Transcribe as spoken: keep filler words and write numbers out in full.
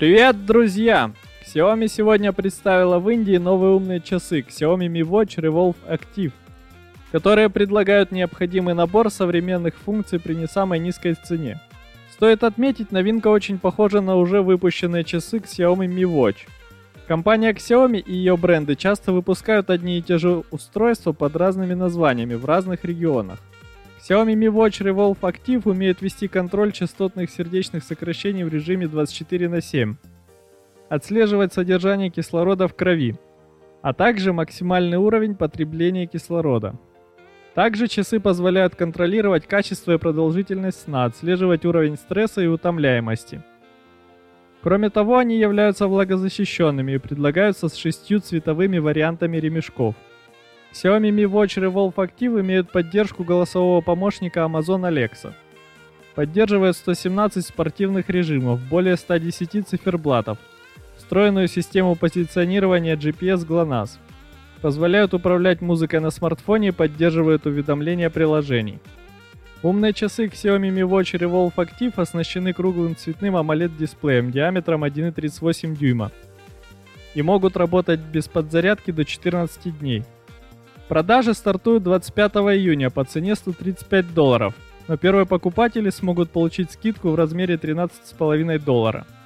Привет, друзья! Xiaomi сегодня представила в Индии новые умные часы Xiaomi Mi Watch Revolve Active, которые предлагают необходимый набор современных функций при не самой низкой цене. Стоит отметить, новинка очень похожа на уже выпущенные часы Xiaomi Mi Watch. Компания Xiaomi и ее бренды часто выпускают одни и те же устройства под разными названиями в разных регионах. Xiaomi Mi Watch Revolve Active умеет вести контроль частотных сердечных сокращений в режиме двадцать четыре на семь, отслеживать содержание кислорода в крови, а также максимальный уровень потребления кислорода. Также часы позволяют контролировать качество и продолжительность сна, отслеживать уровень стресса и утомляемости. Кроме того, они являются влагозащищенными и предлагаются с шестью цветовыми вариантами ремешков. Xiaomi Mi Watch Revolve Active имеют поддержку голосового помощника Amazon Alexa. Поддерживает сто семнадцать спортивных режимов, более ста десяти циферблатов, встроенную систему позиционирования джи пи эс GLONASS. Позволяют управлять музыкой на смартфоне и поддерживают уведомления приложений. Умные часы Xiaomi Mi Watch Revolve Active оснащены круглым цветным AMOLED-дисплеем диаметром один и тридцать восемь дюйма и могут работать без подзарядки до четырнадцати дней. Продажи стартуют двадцать пятого июня по цене сто тридцать пять долларов, но первые покупатели смогут получить скидку в размере тринадцать с половиной доллара.